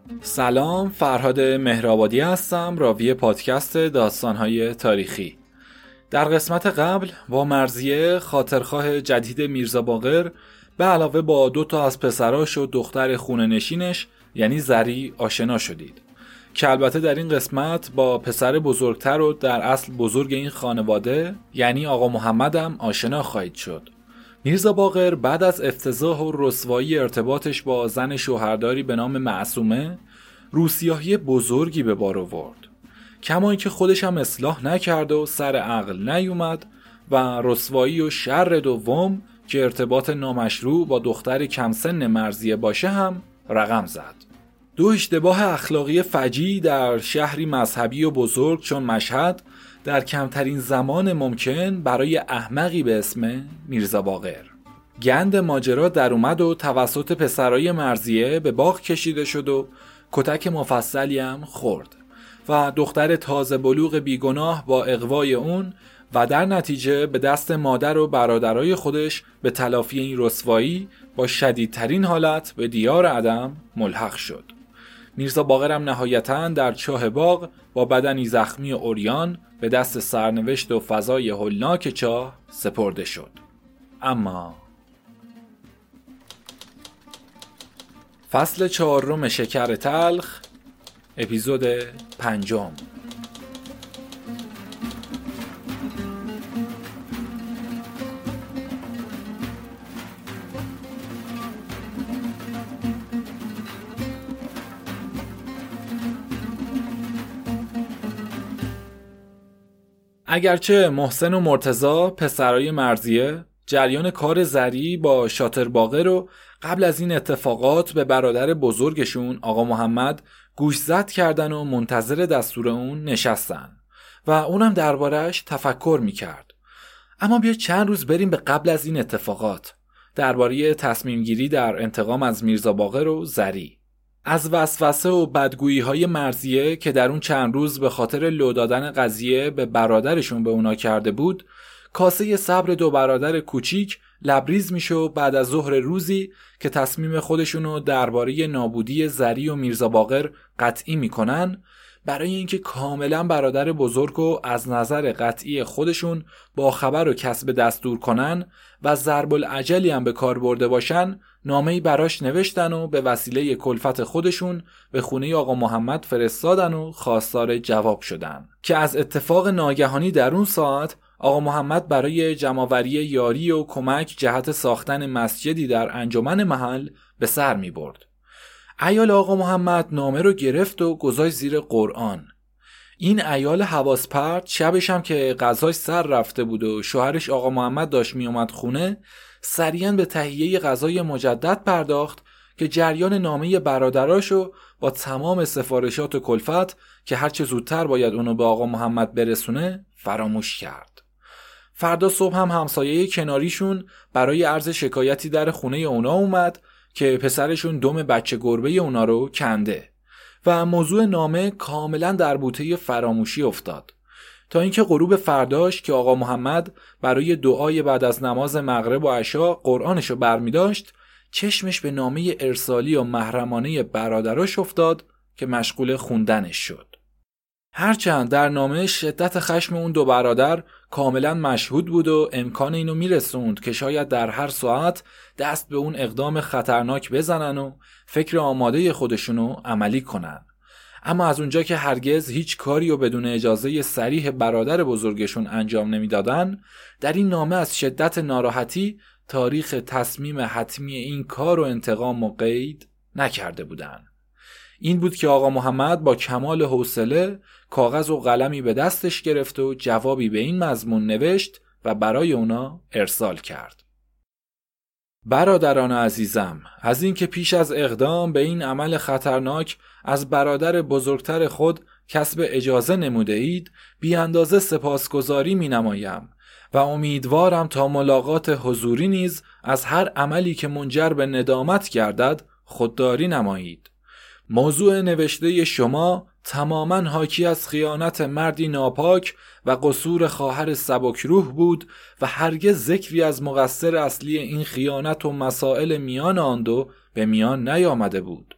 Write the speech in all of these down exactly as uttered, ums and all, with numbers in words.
سلام، فرهاد مهرآبادی هستم، راوی پادکست داستان‌های تاریخی. در قسمت قبل با مرضیه خاطرخواه جدید میرزا باقر به علاوه با دو تا از پسراش و دختر خونه نشینش یعنی زری آشنا شدید که البته در این قسمت با پسر بزرگتر و در اصل بزرگ این خانواده یعنی آقا محمد هم آشنا خواهید شد. میرزا باقر بعد از افتضاح و رسوایی ارتباطش با زن شوهرداری به نام معصومه روسیاهی بزرگی به بار آورد، کما اینکه خودش هم اصلاح نکرد و سر عقل نیومد و رسوایی و شر دوم که ارتباط نامشروع با دختر کم سن مرضیه باشه هم رقم زد. دو اشتباه اخلاقی فجیع در شهری مذهبی و بزرگ چون مشهد در کمترین زمان ممکن برای احمقی به اسم میرزا باقر. گند ماجرا در اومد و توسط پسرای مرضیه به باغ کشیده شد و کتک مفصلی هم خورد و دختر تازه بلوغ بیگناه با اغوای اون و در نتیجه به دست مادر و برادرای خودش به تلافی این رسوایی با شدیدترین حالت به دیار عدم ملحق شد. میرزا باقر هم نهایتاً در چاه باغ با بدنی زخمی و عریان به دست سرنوشت و فضای هولناک چاه سپرده شد. اما فصل چهارم شکر تلخ، اپیزود پنجم. اگرچه محسن و مرتضی پسرای مرضیه جریان کار زری با شاطر باقر رو قبل از این اتفاقات به برادر بزرگشون آقا محمد گوشزد کردن و منتظر دستور اون نشستن و اونم دربارش تفکر میکرد. اما بیا چند روز بریم به قبل از این اتفاقات، درباره تصمیم گیری در انتقام از میرزا باقر و زری. از وسوسه و بدگویی های مرضیه که در اون چند روز به خاطر لو دادن قضیه به برادرشون به اونا کرده بود، کاسه صبر دو برادر کوچیک لبریز میشه و بعد از ظهر روزی که تصمیم خودشونو درباره نابودی زری و میرزا باقر قطعی میکنن، برای اینکه کاملا برادر بزرگو از نظر قطعی خودشون با خبر و کسب دستور کنن و ضرب العجلی هم به کار برده باشن، نامه‌ای براش نوشتن و به وسیله کلفت خودشون به خونه آقا محمد فرستادن و خواستار جواب شدن که از اتفاق ناگهانی در اون ساعت آقا محمد برای جمع‌آوری یاری و کمک جهت ساختن مسجدی در انجمن محل به سر می برد. عیال آقا محمد نامه رو گرفت و گذاشت زیر قرآن. این عیال حواس پرت شبش هم که غذاش سر رفته بود و شوهرش آقا محمد داشت می اومد خونه، سریعا به تهیه غذای مجدد پرداخت که جریان نامه برادراشو با تمام سفارشات و کلفت که هرچه زودتر باید اونو به آقا محمد برسونه فراموش کرد. فردا صبح هم همسایه کناریشون برای عرض شکایتی در خونه اونا اومد که پسرشون دم بچه گربه اونا رو کنده و موضوع نامه کاملا در بوته فراموشی افتاد تا اینکه غروب فرداش که آقا محمد برای دعای بعد از نماز مغرب و عشا قرآنشو برمی داشت، چشمش به نامه ارسالی و محرمانه برادراش افتاد که مشغول خوندنش شد. هرچند در نامه شدت خشم اون دو برادر کاملا مشهود بود و امکان اینو میرسوند که شاید در هر ساعت دست به اون اقدام خطرناک بزنن و فکر آماده خودشونو عملی کنن، اما از اونجا که هرگز هیچ کاری رو بدون اجازه صریح برادر بزرگشون انجام نمیدادن، در این نامه از شدت ناراحتی تاریخ تصمیم حتمی این کار و انتقام و قید نکرده بودن. این بود که آقا محمد با کمال حوصله کاغذ و قلمی به دستش گرفت و جوابی به این مضمون نوشت و برای اونا ارسال کرد. برادران عزیزم، از این که پیش از اقدام به این عمل خطرناک از برادر بزرگتر خود کسب اجازه نموده اید، بی اندازه سپاسگزاری می نمایم و امیدوارم تا ملاقات حضوری نیز از هر عملی که منجر به ندامت گردد خودداری نمایید. موضوع نوشته شما تماماً حاکی از خیانت مردی ناپاک و قصور خواهر سبکروح بود و هرگز ذکری از مقصر اصلی این خیانت و مسائل میان آن دو به میان نیامده بود.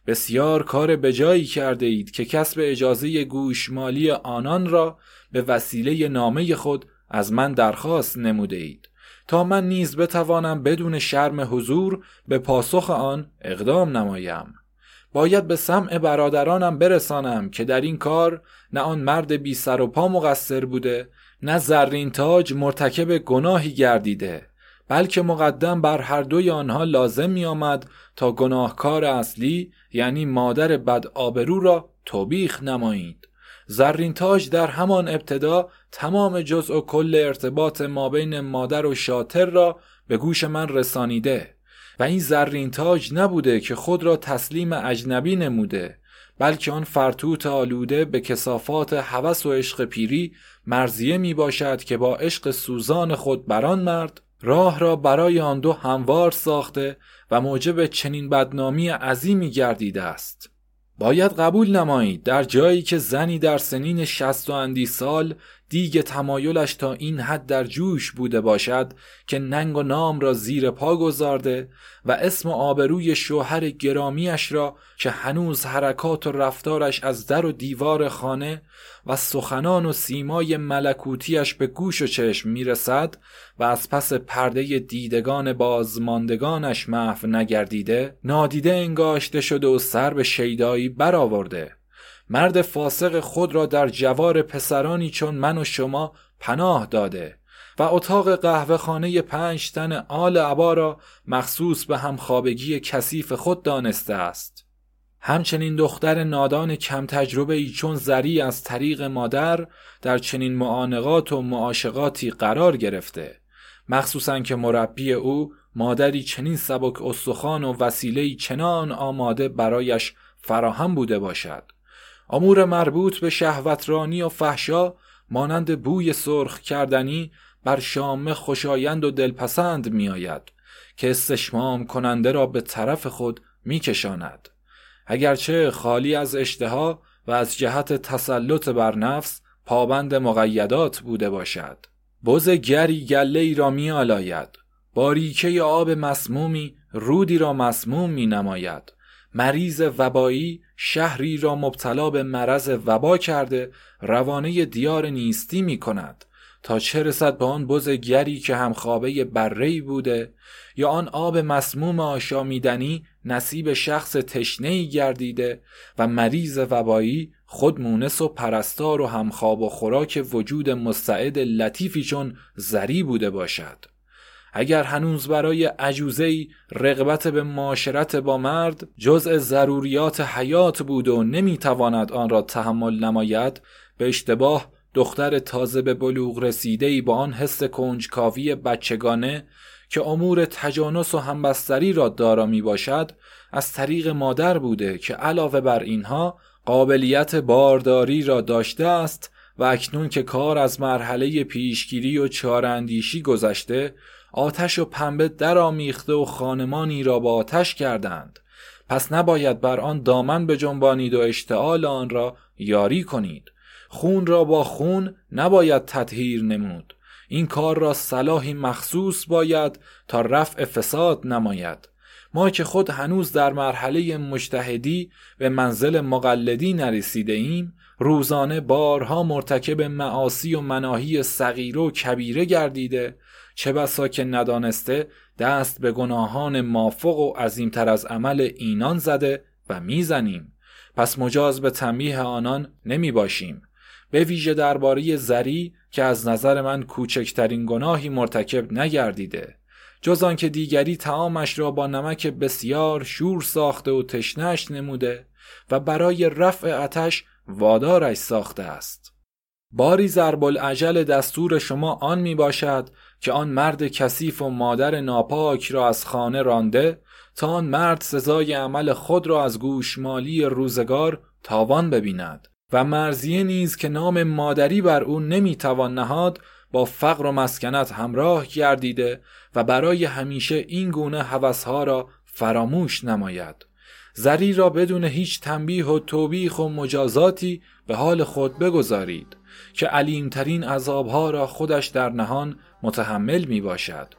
بسیار کار بجایی کرده اید که کسب اجازه گوشمالی آنان را به وسیله نامه خود از من درخواست نموده اید تا من نیز بتوانم بدون شرم حضور به پاسخ آن اقدام نمایم. باید به سمع برادرانم برسانم که در این کار نه آن مرد بی سر و پا مقصر بوده، نه زرین تاج مرتکب گناهی گردیده، بلکه مقدم بر هر دوی آنها لازم می آمد تا گناهکار اصلی یعنی مادر بد آبرو را توبیخ نمایید. زرین تاج در همان ابتدا تمام جزء و کل ارتباط ما بین مادر و شاطر را به گوش من رسانیده و این زرین تاج نبوده که خود را تسلیم اجنبی نموده، بلکه آن فرتوت آلوده به کثافات هوس و عشق پیری مرضیه می باشد که با عشق سوزان خود بران مرد راه را برای آن دو هموار ساخته و موجب چنین بدنامی عظیمی گردیده است. باید قبول نمایید در جایی که زنی در سنین شصت و اندی سال دیگ تمایلش تا این حد در جوش بوده باشد که ننگ و نام را زیر پا گذارده و اسم و آبروی شوهر گرامیش را که هنوز حرکات و رفتارش از در و دیوار خانه و سخنان و سیمای ملکوتیش به گوش و چشم میرسد و از پس پرده دیدگان بازماندگانش محو نگردیده نادیده انگاشته شده و سر به شیدایی برآورده. مرد فاسق خود را در جوار پسرانی چون من و شما پناه داده و اتاق قهوه خانه پنج تن آل عبا را مخصوص به همخوابگی کثیف خود دانسته است. همچنین دختر نادان کم تجربه ای چون زری از طریق مادر در چنین معانقات و معاشقاتی قرار گرفته، مخصوصاً که مربی او مادری چنین سبک استخوان و وسیله‌ای چنان آماده برایش فراهم بوده باشد. امور مربوط به شهوترانی و فحشا مانند بوی سرخ کردنی بر شامه خوشایند و دلپسند می آید که استشمام کننده را به طرف خود می کشاند، اگرچه خالی از اشتها و از جهت تسلط بر نفس پابند مقیدات بوده باشد. بز گری گله ای را می آلاید، باریکه آب مسمومی رودی را مسموم می نماید. مریض وبایی شهری را مبتلا به مرض وبا کرده روانه دیار نیستی می کند تا چه رسد به آن بز گری که همخوابه بره‌ای بوده یا آن آب مسموم آشامیدنی نصیب شخص تشنه‌ای گردیده و مریض وبایی خود مونس و پرستار و همخواب و خوراک وجود مستعد لطیفی چون زری بوده باشد. اگر هنوز برای عجوزه‌ای رغبت به معاشرت با مرد جزء ضروریات حیات بود و نمیتواند آن را تحمل نماید، به اشتباه دختر تازه به بلوغ رسیده‌ای با آن حس کنجکاوی بچگانه که امور تجانس و همبستری را دارا می باشد از طریق مادر بوده که علاوه بر اینها قابلیت بارداری را داشته است و اکنون که کار از مرحله پیشگیری و چاره‌اندیشی گذشته آتش و پنبه در آمیخته و خانمانی را با آتش کردند، پس نباید بر آن دامن بجنبانید و اشتعال آن را یاری کنید. خون را با خون نباید تطهیر نمود. این کار را صلاحی مخصوص باید تا رفع فساد نماید. ما که خود هنوز در مرحله مجتهدی به منزل مقلدی نرسیده ایم، روزانه بارها مرتکب معاصی و مناهی صغیره و کبیره گردیده، چه بسا که ندانسته دست به گناهان مافوق و عظیمتر از عمل اینان زده و میزنیم. پس مجاز به تنبیه آنان نمی باشیم، به ویژه درباره زری که از نظر من کوچکترین گناهی مرتکب نگردیده، جز آن که دیگری طعامش را با نمک بسیار شور ساخته و تشنه‌اش نموده و برای رفع آتش وادارش ساخته است. باری ضرب العجل دستور شما آن می باشد که آن مرد کثیف و مادر ناپاک را از خانه رانده تا آن مرد سزای عمل خود را از گوشمالی روزگار تاوان ببیند و مرضیه نیز که نام مادری بر او نمی توان نهاد با فقر و مسکنت همراه گردیده و برای همیشه این گونه هوسها را فراموش نماید. زری را بدون هیچ تنبیه و توبیخ و مجازاتی به حال خود بگذارید که علیمترین عذابها را خودش در نهان متحمل می باشد.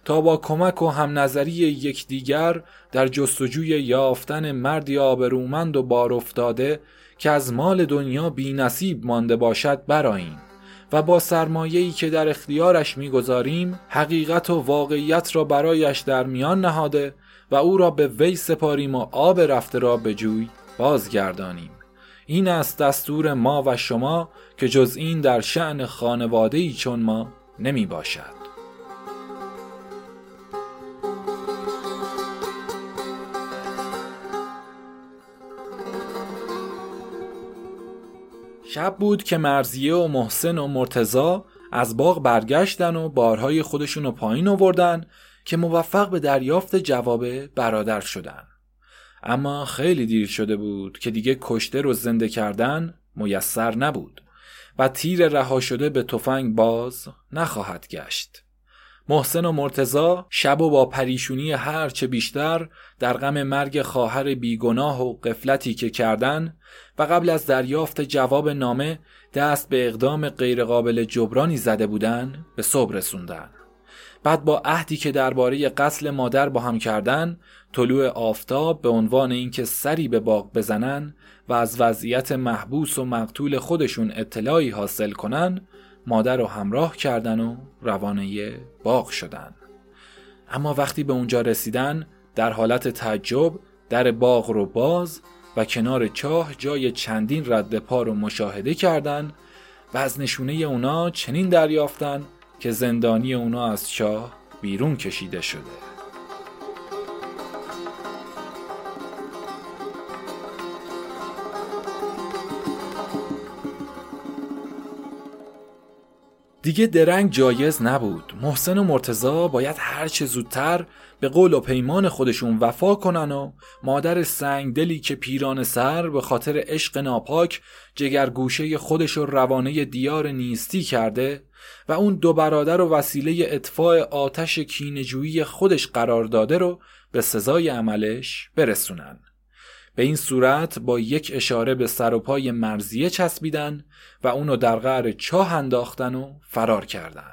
تا با کمک و هم نظری یکدیگر در جستجوی یافتن مردی آبرومند و بار افتاده که از مال دنیا بی نصیب مانده باشد برآییم و با سرمایه‌ای که در اختیارش می‌گذاریم حقیقت و واقعیت را برایش در میان نهاده و او را به وی سپاریم و آب رفته را به جوی بازگردانیم. این است دستور ما و شما که جز این در شأن خانواده‌ای چون ما نمی باشد. شب بود که مرضیه و محسن و مرتضی از باغ برگشتن و بارهای خودشون رو پایین آوردن که موفق به دریافت جواب برادر شدن. اما خیلی دیر شده بود که دیگه کشته رو زنده کردن میسر نبود و تیر رها شده به تفنگ باز نخواهد گشت. محسن و مرتضی شب و با پریشونی هر چه بیشتر در غم مرگ خواهر بیگناه و غفلتی که کردن و قبل از دریافت جواب نامه دست به اقدام غیرقابل جبرانی زده بودن به صبح رسوندن. بعد با عهدی که درباره قتل مادر با هم کردن، طلوع آفتاب به عنوان اینکه سری به باغ بزنن و از وضعیت محبوس و مقتول خودشون اطلاعی حاصل کنن، مادر رو همراه کردن و روانه باغ شدن. اما وقتی به اونجا رسیدن در حالت تعجب در باغ رو باز و کنار چاه جای چندین رد پا رو مشاهده کردن و از نشونه اونا چنین دریافتن که زندانی اونا از چاه بیرون کشیده شده. دیگه درنگ جایز نبود. محسن و مرتضی باید هر چه زودتر به قول و پیمان خودشون وفا کنن و مادر سنگدلی که پیران سر به خاطر عشق ناپاک جگرگوشه خودش رو روانه دیار نیستی کرده و اون دو برادر و وسیله اطفاء آتش کینه‌جویی خودش قرار داده رو به سزای عملش برسونن. به این صورت با یک اشاره به سر و پای مرضیه چسبیدن و اونو در قعر چاه انداختن و فرار کردن.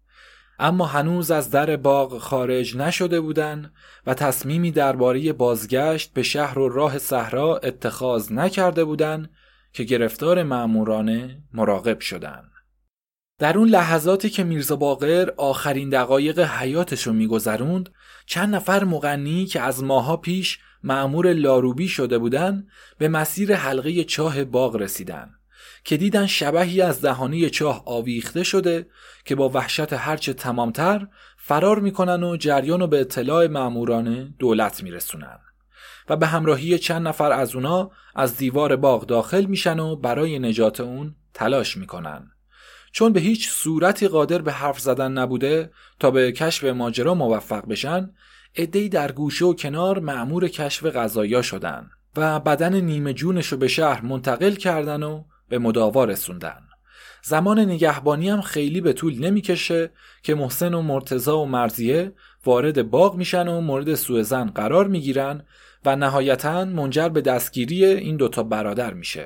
اما هنوز از در باغ خارج نشده بودن و تصمیمی درباره بازگشت به شهر و راه صحرا اتخاذ نکرده بودن که گرفتار مأمورانه مراقب شدن. در اون لحظاتی که میرزا باقر آخرین دقایق حیاتشو میگذروند، چند نفر مغنی که از ماها پیش مأمور لاروبی شده بودن به مسیر حلقه چاه باغ رسیدن که دیدن شبحی از دهانه چاه آویخته شده که با وحشت هرچه تمامتر فرار میکنن و جریانو به اطلاع مأموران دولت میرسونن و به همراهی چند نفر از اونا از دیوار باغ داخل میشن و برای نجات اون تلاش میکنن. چون به هیچ صورتی قادر به حرف زدن نبوده تا به کشف ماجرا موفق بشن، عده‌ای در گوشه و کنار مأمور کشف قضایا شدن و بدن نیمه جونشو به شهر منتقل کردن و به مداوا رسوندن. زمان نگهبانی هم خیلی به طول نمیکشه که محسن و مرتضی و مرضیه وارد باغ میشن و مورد سوء ظن قرار میگیرن و نهایتاً منجر به دستگیری این دوتا برادر میشه.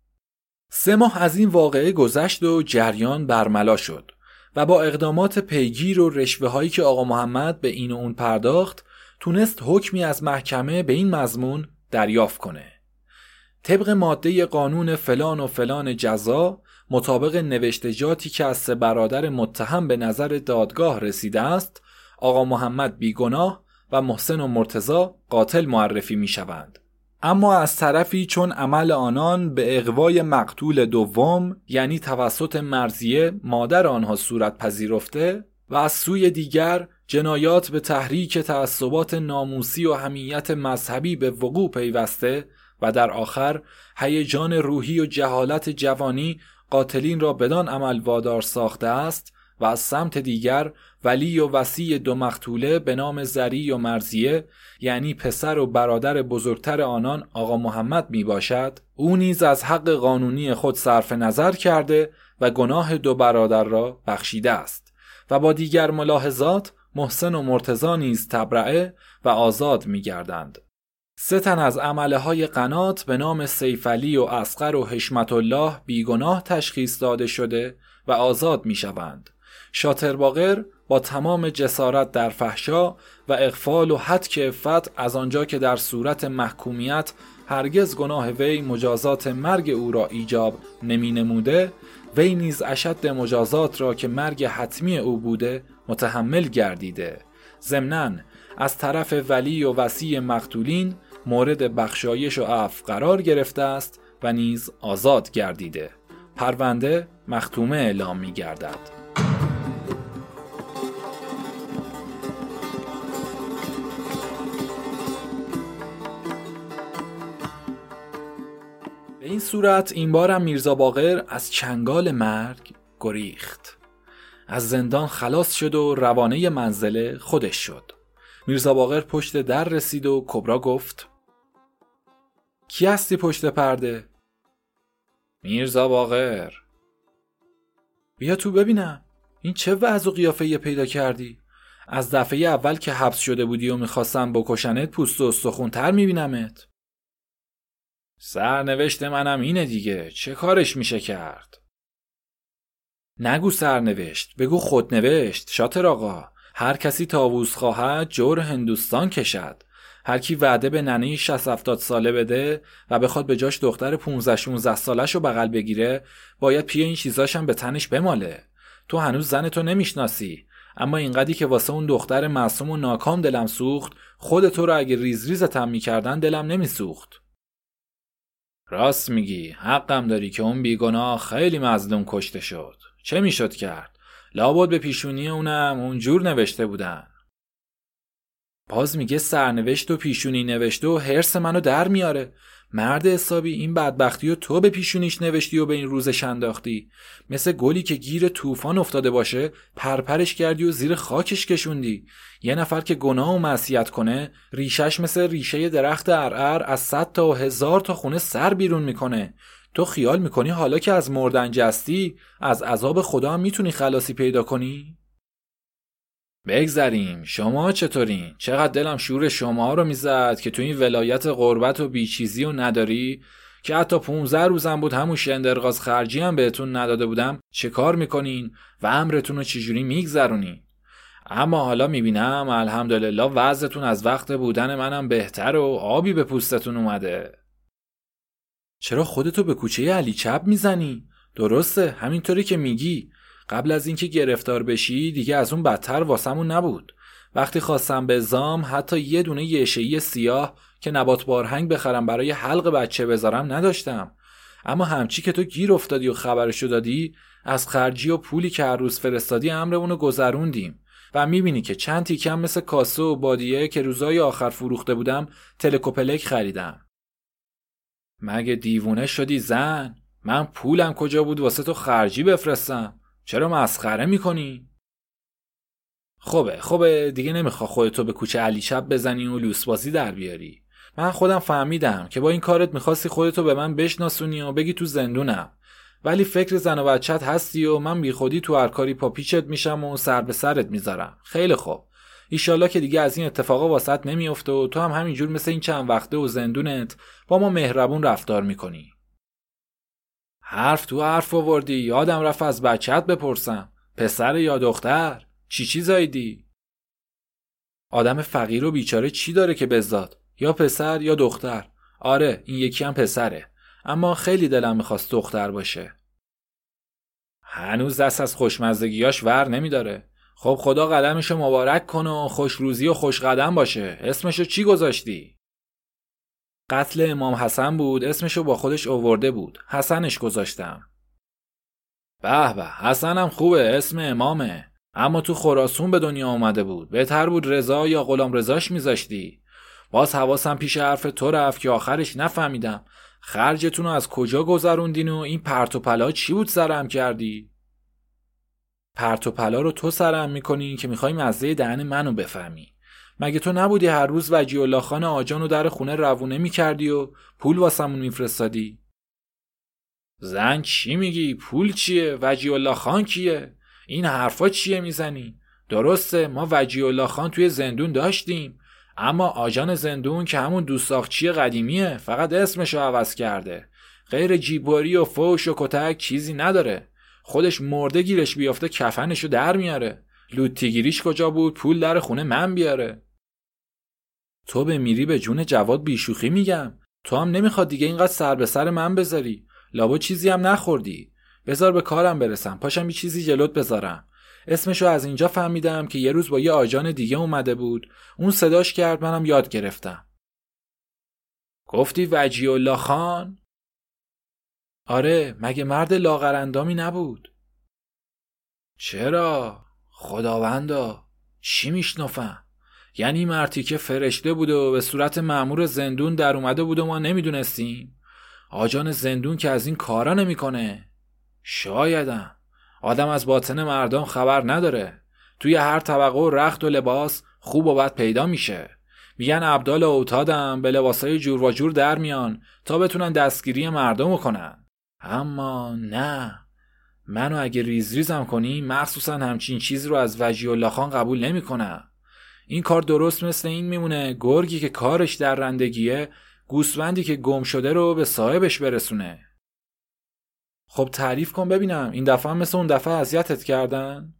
سه ماه از این واقعه گذشت و جریان برملا شد و با اقدامات پیگیر و رشوه هایی که آقا محمد به این و اون پرداخت تونست حکمی از محکمه به این مضمون دریافت کنه. طبق ماده قانون فلان و فلان جزا مطابق نوشتجاتی که از سه برادر متهم به نظر دادگاه رسیده است، آقا محمد بیگناه و محسن و مرتضی قاتل معرفی می شوند. اما از طرفی چون عمل آنان به اغوای مقتول دوم یعنی توسط مرضیه مادر آنها صورت پذیرفته و از سوی دیگر جنایات به تحریک تعصبات ناموسی و حمیت مذهبی به وقوع پیوسته و در آخر هیجان روحی و جهالت جوانی قاتلین را بدان عمل وادار ساخته است و از سمت دیگر ولی و وصی دو مقتوله به نام زری و مرضیه یعنی پسر و برادر بزرگتر آنان آقا محمد می باشد، او نیز از حق قانونی خود صرف نظر کرده و گناه دو برادر را بخشیده است و با دیگر ملاحظات محسن و مرتضی نیز تبرئه و آزاد می گردند. سه تن از عمله های قنات به نام سیفعلی و اصغر و حشمت الله بیگناه تشخیص داده شده و آزاد می شوند شاترباغر با تمام جسارت در فحشا و اغفال و هتک عفت از آنجا که در صورت محکومیت هرگز گناه وی مجازات مرگ او را ایجاب نمی نموده، وی نیز اشد مجازات را که مرگ حتمی او بوده متحمل گردیده. ضمناً از طرف ولی و وصی مقتولین مورد بخشایش و عفو قرار گرفته است و نیز آزاد گردیده. پرونده مختومه اعلام می گردد. به این صورت این بارم میرزا باقر از چنگال مرگ گریخت. از زندان خلاص شد و روانه منزل خودش شد. میرزا باقر پشت در رسید و کبرا گفت: کی هستی پشت پرده؟ میرزا باقر. بیا تو ببینم این چه وضع و قیافه‌ای پیدا کردی؟ از دفعه اول که حبس شده بودی و میخواستم بکشنت پوست و استخونتر میبینمت. سرنوشت منم اینه دیگه، چه کارش میشه کرد؟ نگو سرنوشت، بگو خودنوشت. شاتر آقا، هر کسی طاووس خواهد جور هندوستان کشد. هر کی وعده به ننه شصت هفتاد ساله بده و بخواد به جاش دختر پانزده شانزده سالش رو بغل بگیره، باید پی این چیزاش هم به تنش بماله. تو هنوز زنتو نمیشناسی، اما اینقدری که واسه اون دختر معصوم و ناکام دلم سوخت، خودتو رو اگه ریز ریزتم میکردن دلم نمیسوخت. راست میگی، حقم داری که اون بیگناه خیلی مظلوم کشته شد. چه میشد کرد؟ لابد به پیشونی اونم اونجور نوشته بودن. باز میگه سرنوشت و پیشونی نوشته و حرص منو در میاره. مرد حسابی، این بدبختی و تو به پیشونیش نوشتی و به این روزش انداختی. مثل گلی که گیر طوفان افتاده باشه پرپرش کردی و زیر خاکش کشوندی. یه نفر که گناه و معصیت کنه ریشش مثل ریشه درخت عرعر از صد تا و هزار تا خونه سر بیرون میکنه. تو خیال میکنی حالا که از مردن جستی از عذاب خدا هم میتونی خلاصی پیدا کنی؟ بگذریم، شما چطورین؟ چقدر دلم شور شما رو میزد که تو این ولایت غربت و بیچیزی و نداری که حتی پونزده روزم بود همون شندرغاز خرجی هم بهتون نداده بودم چه کار میکنین و امرتون رو چجوری میگذرونین. اما حالا میبینم الحمدلله وضعتون از وقت بودن منم بهتر و آبی به پوستتون اومده. چرا خودتو به کوچه علی چپ میزنی؟ درسته همینطوری که میگی. قبل از اینکه گرفتار بشی دیگه از اون بدتر واسمون نبود. وقتی خواستم به زام حتی یه دونه یشه‌ای سیاه که نبات بارهنگ بخرم برای حلق بچه بذارم نداشتم. اما همچی که تو گیر افتادی و خبرشو دادی، از خرجی و پولی که هر روز فرستادی امرمونو گذروندیم و میبینی که چند تیکم مثل کاسه و بادیه که روزای آخر فروخته بودم تلکوپلک خریدم. مگه دیوونه شدی زن؟ من پولم کجا بود واسه تو خرجی بفرستم؟ چرا مسخره میکنی؟ خوبه خوبه دیگه نمیخوا خودتو به کوچه علی شب بزنی و لوس بازی در بیاری. من خودم فهمیدم که با این کارت میخواستی خودتو به من بشناسونی و بگی تو زندونم، ولی فکر زن و بچت هستی و من بی خودی تو هر کاری پا پیچت میشم و سر به سرت میذارم. خیلی خوب، ایشالله که دیگه از این اتفاقا واسط نمیفته و تو هم همینجور مثل این چند وقته و زندونت با ما مهربون رفتار میکنی. حرف تو حرف آوردی، یادم رفت از بچت بپرسم، پسر یا دختر؟ چی چی زایدی؟ آدم فقیر و بیچاره چی داره که بزاد؟ یا پسر یا دختر؟ آره این یکی هم پسره، اما خیلی دلم میخواست دختر باشه. هنوز دست از خوشمزدگیاش ور نمیداره. خب خدا قدمشو مبارک کنه و خوش روزی و خوش قدم باشه. اسمشو چی گذاشتی؟ قتل امام حسن بود، اسمشو با خودش آورده بود، حسنش گذاشتم. به به، حسنم خوبه، اسم امامه، اما تو خراسون به دنیا اومده بود، بهتر بود رضا یا غلام رضاش میذاشتی. باز حواسم پیش حرف تو رفت که آخرش نفهمیدم خرجتون رو از کجا گذروندین و این پرت و پلا چی بود سرم کردی؟ پرت و پلا رو تو سرم میکنی که میخوای مزه دهن منو بفهمی. مگه تو نبودی هر روز وجی الله خان آجانو در خونه روونه میکردی و پول واسمون میفرستادی؟ زن چی میگی؟ پول چیه؟ وجی الله خان کیه؟ این حرفا چیه میزنی؟ درسته ما وجی الله خان توی زندون داشتیم، اما آجان زندون که همون دوستاخچی قدیمیه، فقط اسمشو عوض کرده، غیر جیبوری و فوش و کتک چیزی نداره. خودش مرده گیرش بیافته کفنشو در میاره. لوتیگیریش کجا بود پول در خونه من بیاره. تو به میری به جون جواد بیشوخی میگم. تو هم نمیخواد دیگه اینقدر سر به سر من بذاری. لابا چیزی هم نخوردی. بذار به کارم برسم. پاشم یه چیزی جلوت بذارم. اسمشو از اینجا فهمیدم که یه روز با یه آجان دیگه اومده بود. اون صداش کرد منم یاد گرفتم. گفتی وجی الله خان؟ آره، مگه مرد لاغرندامی نبود؟ چرا؟ خداوندا چی میشنفم؟ یعنی مرتی که فرشته بود و به صورت مأمور زندون در اومده بود و ما نمیدونستیم؟ آجان زندون که از این کارا نمیکنه. شایدم. آدم از باطن مردم خبر نداره. توی هر طبقه و رخت و لباس خوب و بد پیدا میشه. میگن ابدال و اوتادم به لباسای جور و جور در میان تا بتونن دستگیری مردم کنن. اما نه، منو اگه ریز ریزم کنی مخصوصا همچین چیز رو از وجی الله خان قبول نمی کنم. این کار درست مثل این میمونه گرگی که کارش در رندگیه گوسفندی که گم شده رو به صاحبش برسونه. خب تعریف کن ببینم، این دفعه هم مثل اون دفعه اذیتت کردن؟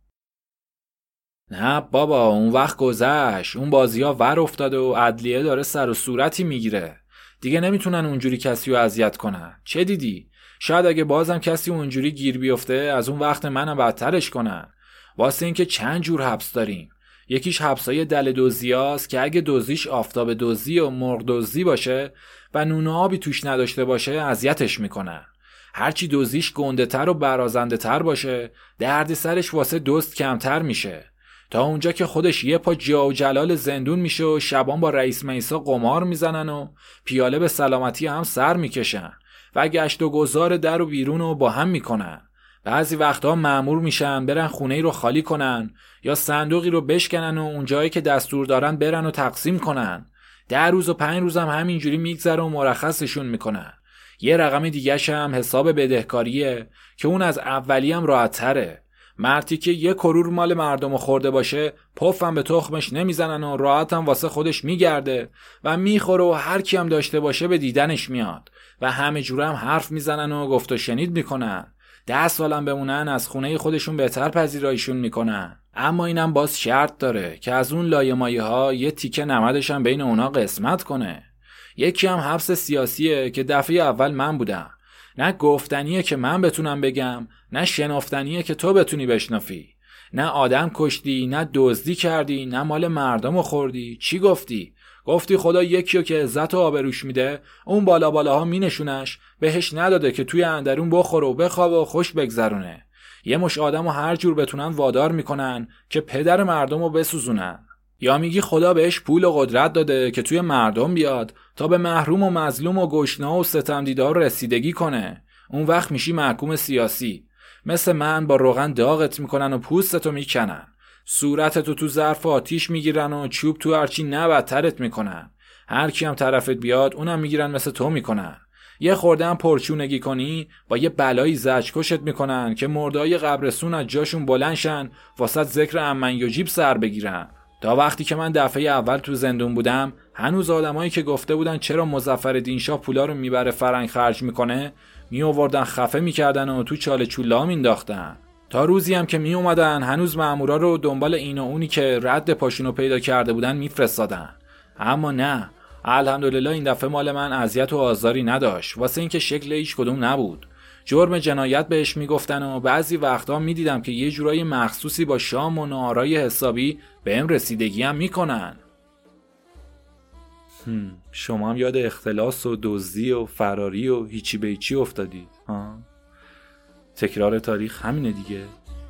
نه بابا، اون وقت گذشت. اون بازی‌ها ور افتاده و عدلیه داره سر و صورتی میگیره. دیگه نمیتونن اونجوری کسی رو اذیت کنن. چه دیدی؟ شاید اگه بازم کسی اونجوری گیر بیفته از اون وقت منم بدترش کنن. واسه اینکه چند جور حبس داریم. یکیش حبسای دل دزدیاست که اگه دزدیش آفتاب دزدی و مرغ دزدی باشه و نون و آبی توش نداشته باشه اذیتش میکنن. هرچی دزدیش گنده‌تر و برازنده‌تر باشه درد سرش واسه دزد کمتر میشه، تا اونجا که خودش یه پا جا و جلال زندون میشه و شبان با رئیس مئیسا قمار میزنن و پیاله به سلامتی هم سر میکشن و گشت و گذار در و بیرون رو با هم میکنن. بعضی وقتا مأمور میشن برن خونه‌ای رو خالی کنن یا صندوقی رو بشکنن و اون جایی که دستور دارن برن و تقسیم کنن. ده روز و پنج روز هم همینجوری میگذره و مرخصشون میکنن. یه رقم دیگه‌ش هم حساب بدهکاریه که اون از اولی هم راحت تره. مرتی که یه کرور مال مردم خورده باشه پفم به تخمش نمیزنن و راحت هم واسه خودش میگرده و میخوره و هر کی هم داشته باشه به دیدنش میاد و همه جوره هم حرف میزنن و گفت و شنید میکنن. ده سالم بمونن از خونه خودشون بهتر پذیراییشون میکنن. اما اینم باز شرط داره که از اون لایه‌مایه ها یه تیکه نمدش هم بین اونا قسمت کنه. یکی هم حبس سیاسیه که دفعه اول من بودم. نه گفتنیه که من بتونم بگم، نه شنافتنیه که تو بتونی بشنافی. نه آدم کشتی، نه دزدی کردی، نه مال مردم خوردی. چی گفتی؟ گفتی خدا یکیو که عزت و آبروش میده اون بالا بالاها مینشونش بهش نداده که توی اندرون بخوره و بخوابه و خوش بگذرونه. یه مش آدمو هر جور بتونن وادار میکنن که پدر مردمو بسوزونن. یا میگی خدا بهش پول و قدرت داده که توی مردم بیاد تا به محروم و مظلوم و گشنه و ستمدیدار رسیدگی کنه. اون وقت میشی محکوم سیاسی. مثل من با روغن داغت میکنن و پوستتو میکنن. صورتتو تو ظرف آتیش میگیرن و چوب تو هرچی نبدترت میکنن. هر کی هم طرفت بیاد اونم میگیرن مثل تو میکنن. یه خورده هم پرچونگی کنی با یه بلایی زجکشت میکنن که مردای قبرستون از جاشون بلندشن واسط ذکر امن یجیب سر بگیرن. تا وقتی که من دفعه اول تو زندون بودم هنوز آدمایی که گفته بودن چرا مظفرالدین شاه پولا رو میبره فرنگ خرج میکنه می آوردن خفه میکردن و تو چاله چولا مینداختن. تا روزی هم که می اومدن هنوز مامورا رو دنبال این و اونی که رد پاشونو پیدا کرده بودن میفرستادن. اما نه، الحمدلله این دفعه مال من اذیت و آزاری نداشت، واسه اینکه شکل هیچ کدوم نبود. جرم جنایت بهش میگفتن و بعضی وقتا میدیدم که یه جورای مخصوصی با شام و نهارای حسابی بهم رسیدگی هم میکنن. شما هم یاد اختلاس و دزدی و فراری و هیچی به هیچی افتادید ها؟ تکرار تاریخ همینه دیگه.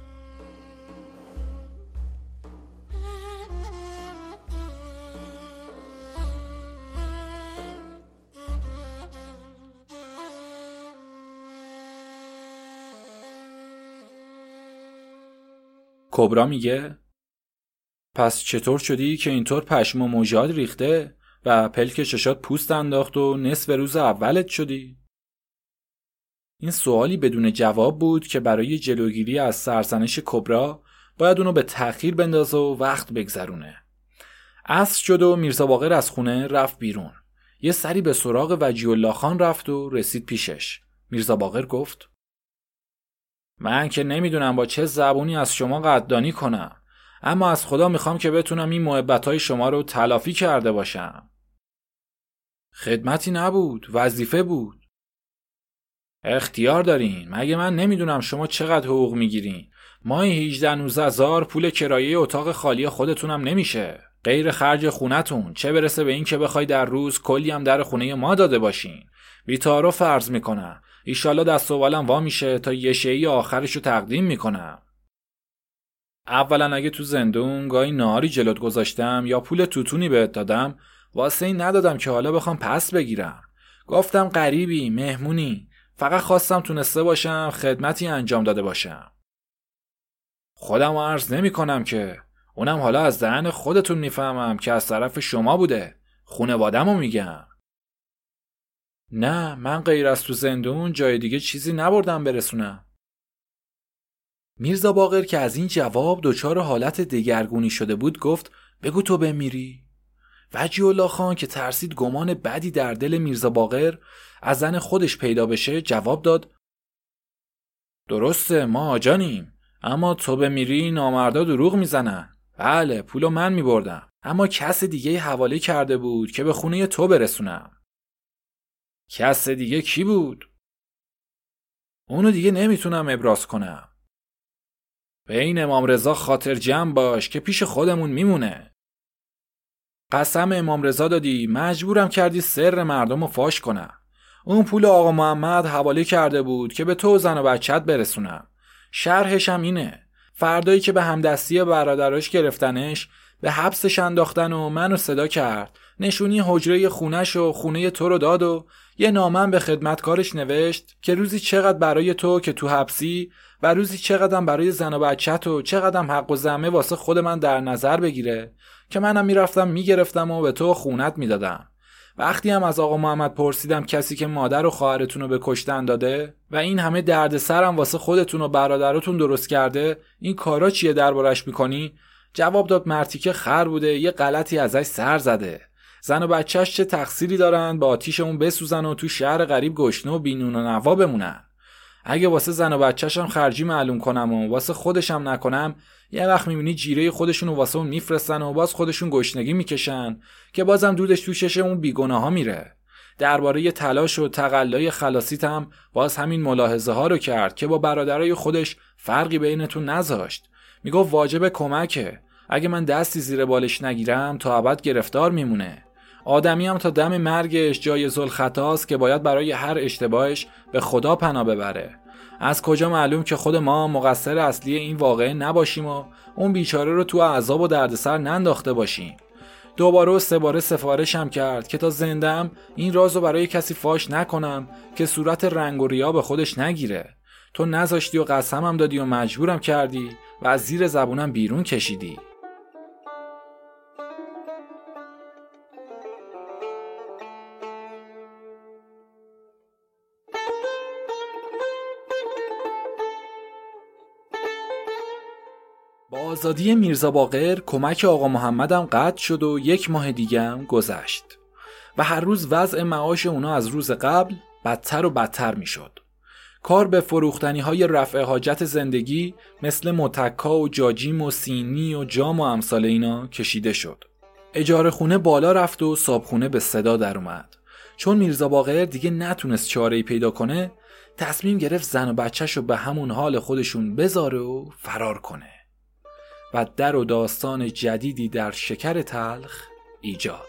کبرا میگه پس چطور شدی که اینطور پشم و موجاد ریخته و پلک چشات پوست انداخت و نصف روز اولت شدی؟ این سوالی بدون جواب بود که برای جلوگیری از سرزنش کبرا باید اونو به تأخیر بندازه و وقت بگذرونه. عصر شد و میرزا باقر از خونه رفت بیرون. یه سری به سراغ وجی الله خان رفت و رسید پیشش. میرزا باقر گفت من که نمیدونم با چه زبونی از شما قدردانی کنم، اما از خدا میخوام که بتونم این محبتهای شما رو تلافی کرده باشم. خدمتی نبود، وظیفه بود. اختیار دارین. مگه من نمیدونم شما چقدر حقوق میگیرین؟ ماهی هجده نوزده هزار پول کرایه اتاق خالی خودتونم نمیشه، غیر خرج خونتون، چه برسه به این که بخوای در روز کلی هم در خونه ما داده باشین. بی‌تعارف فرض میکنم. ایشالله دست و بالم وا میشه تا یه شیء آخرشو تقدیم میکنم. اولا اگه تو زندون گاهی نهاری جلوت گذاشتم یا پول توتونی بهت دادم، واسه این ندادم که حالا بخوام پس بگیرم. گفتم غریبی، مهمونی، فقط خواستم تونسته باشم خدمتی انجام داده باشم. خودم عرض نمی کنم که، اونم حالا از دهن خودتون میفهمم که از طرف شما بوده. خونوادمو میگم. نه، من غیر از تو زندون جای دیگه چیزی نبردم برسونم. میرزا باقر که از این جواب دچار حالت دگرگونی شده بود گفت بگو تو بمیری؟ وجی الله خان که ترسید گمان بدی در دل میرزا باقر از زن خودش پیدا بشه جواب داد درسته ما آجانیم، اما تو بمیری نامردا دروغ میزنن. بله پولو من میبردم، اما کس دیگه حواله کرده بود که به خونه تو برسونم. کس دیگه کی بود؟ اونو دیگه نمیتونم ابراز کنم. به این امام رضا خاطر جمع باش که پیش خودمون میمونه. قسم امام رضا دادی، مجبورم کردی سر مردم رو فاش کنم. اون پول آقا محمد حواله کرده بود که به تو و زن و بچت برسونم. شرحش هم اینه، فردایی که به همدستی برادراش گرفتنش به حبسش انداختن و منو صدا کرد، نشونی حجره خونش و خونه تو رو داد و یه نامه به خدمتکارش نوشت که روزی چقدر برای تو که تو حبسی و روزی چقدرم برای زن و بچت و چقدرم حق و ذمه واسه خود من در نظر بگیره که منم میرفتم میگرفتم و به تو خونت میدادم. وقتی هم از آقا محمد پرسیدم کسی که مادر و خواهرتون رو به کشتن داده و این همه دردسرم واسه خودتون و برادراتون درست کرده، این کارا چیه دربارش میکنی؟ جواب داد مرتیکه خر بوده، یه غلطی ازش سر زده. زن و بچهش چه تقصیری دارن با آتیشمون بسوزن و تو شهر غریب گشنه و بینون و نوا بمونن؟ اگه واسه زن و بچه‌شم خرجی معلوم کنم و واسه خودشم نکنم، یه وقت میبینی جیره خودشون رو واسه اون میفرستن و باز خودشون گشنگی میکشن که بازم دودش تو چش اون بیگناها میره. درباره تلاش و تقلای خلاصیت هم باز همین ملاحظه ها رو کرد که با برادرای خودش فرقی بینتون نذاشت. میگه واجب کمکه، اگه من دستی زیر بالش نگیرم تا ابد گرفتار میمونه. آدمی هم تا دم مرگش جایز الخطاست که باید برای هر اشتباهش به خدا پناه ببره. از کجا معلوم که خود ما مقصر اصلی این واقعه نباشیم و اون بیچاره رو تو عذاب و دردسر ننداخته باشیم. دوباره و سه باره سفارشم کرد که تا زندم این رازو برای کسی فاش نکنم که صورت رنگ و ریا به خودش نگیره. تو نذاشتی و قسمم دادی و مجبورم کردی و از زیر زبونم بیرون کشیدی. با آزادی میرزا باقر کمک آقا محمدم قطع شد و یک ماه دیگه هم گذشت و هر روز وضع معاش اونا از روز قبل بدتر و بدتر می شد. کار به فروختنی های رفع حاجت زندگی مثل متکا و جاجیم و سینی و جام و امثال اینا کشیده شد. اجاره خونه بالا رفت و صابخونه به صدا در اومد. چون میرزا باقر دیگه نتونست چاره‌ای پیدا کنه، تصمیم گرفت زن و بچه‌شو به همون حال خودشون بذاره و فرار کنه و در و داستان جدیدی در شکر تلخ ایجاد.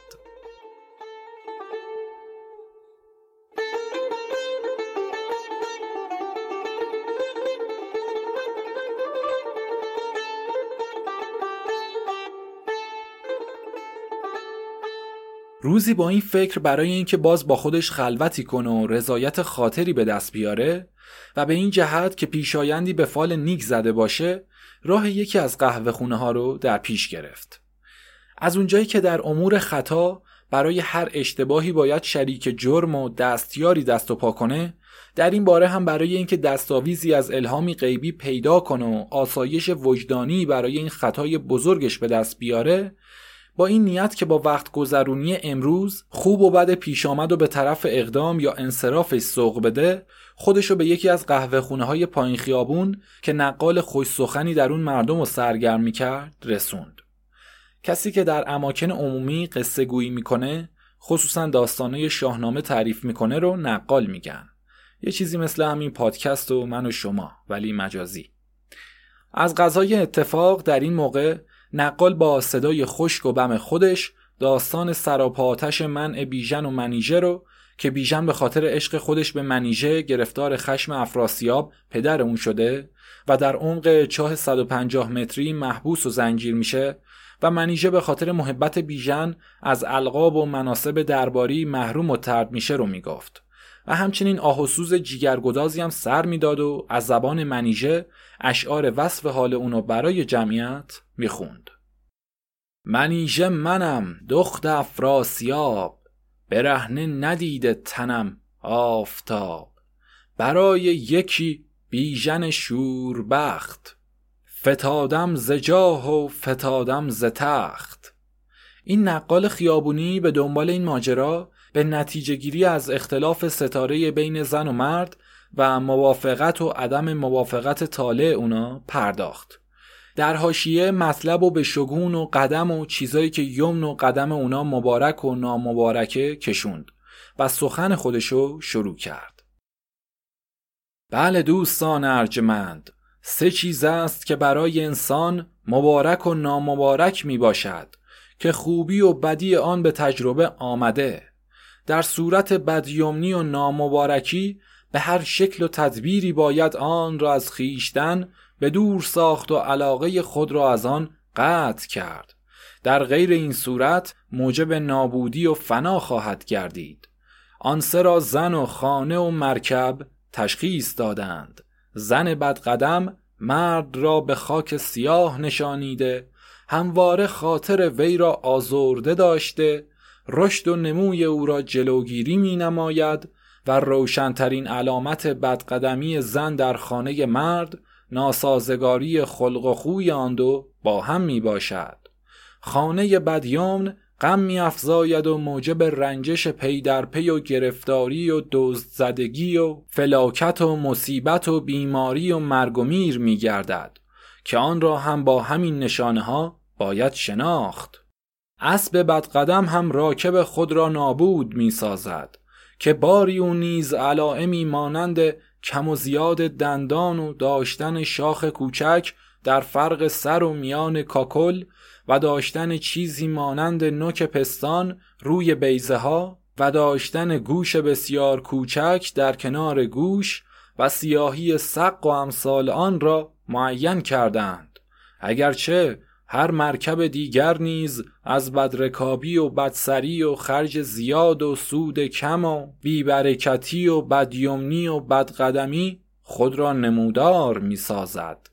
روزی با این فکر برای اینکه باز با خودش خلوتی کنه و رضایت خاطری به دست بیاره و به این جهت که پیشایندی به فال نیک زده باشه، راه یکی از قهوه خونه ها رو در پیش گرفت. از اونجایی که در امور خطا برای هر اشتباهی باید شریک جرم و دستیاری دست و پا کنه، در این باره هم برای اینکه دستاویزی از الهامی غیبی پیدا کنه و آسایش وجدانی برای این خطای بزرگش به دست بیاره، با این نیت که با وقت گذرونی امروز خوب و بد پیش آمد و به طرف اقدام یا انصرافش سوق بده، خودشو به یکی از قهوه خونه های پایین خیابون که نقال خوش سخنی در اون مردم رو سرگرم میکرد رسوند. کسی که در اماکن عمومی قصه گویی میکنه، خصوصا داستانه شاهنامه تعریف میکنه رو نقال میگن. یه چیزی مثل همین پادکست و من و شما، ولی مجازی. از قضای اتفاق در این موقع نقال با صدای خشک و بم خودش داستان سراپا آتش منع بیژن و منیژه رو که بیژن به خاطر عشق خودش به منیژه گرفتار خشم افراسیاب پدر اون شده و در عمق چاه صد و پنجاه متری محبوس و زنجیر میشه و منیژه به خاطر محبت بیژن از القاب و مناصب درباری محروم و طرد میشه رو میگفت و همچنین آه و سوز جیگرگدازی هم سر میداد و از زبان منیژه اشعار وصف حال اونو برای جمعیت میخوند. منیژه منم دخت افراسیاب، برهنه ندیده تنم آفتاب، برای یکی بیژن شوربخت، فتادم ز جاه و فتادم ز تخت. این نقال خیابونی به دنبال این ماجرا به نتیجه گیری از اختلاف ستاره بین زن و مرد و موافقت و عدم موافقت طالع اونا پرداخت. در حاشیه مطلب و به شگون و قدم و چیزایی که یمن و قدم اونا مبارک و نامبارکه کشوند و سخن خودشو شروع کرد. بله دوستان ارجمند، سه چیز است که برای انسان مبارک و نامبارک می باشد که خوبی و بدی آن به تجربه آمده. در صورت بدیومنی و نامبارکی به هر شکل و تدبیری باید آن را از خیشتن به دور ساخت و علاقه خود را از آن قطع کرد. در غیر این صورت موجب نابودی و فنا خواهد گردید. آن سه را زن و خانه و مرکب تشخیص دادند. زن بدقدم مرد را به خاک سیاه نشانیده، همواره خاطر وی را آزرده داشته، رشد و نموی او را جلوگیری می نماید و روشنترین علامت بدقدمی زن در خانه مرد ناسازگاری خلق و خوی آن دو با هم می باشد. خانه بدیومن غم می افزاید و موجب رنجش پی در پی و گرفتاری و دزد زدگی و فلاکت و مصیبت و بیماری و مرگ و میر می گردد که آن را هم با همین نشانه ها باید شناخت. اسب بدقدم هم راکب خود را نابود می سازد که باری و نیز علائمی مانند کم و زیاد دندان و داشتن شاخ کوچک در فرق سر و میان کاکل و داشتن چیزی مانند نوک پستان روی بیضه ها و داشتن گوش بسیار کوچک در کنار گوش و سیاهی سق و امثال آن را معین کردند. اگرچه هر مرکب دیگر نیز از بدرکابی و بدسری و خرج زیاد و سود کم و بیبرکتی و بدیمنی و بدقدمی خود را نمودار می سازد.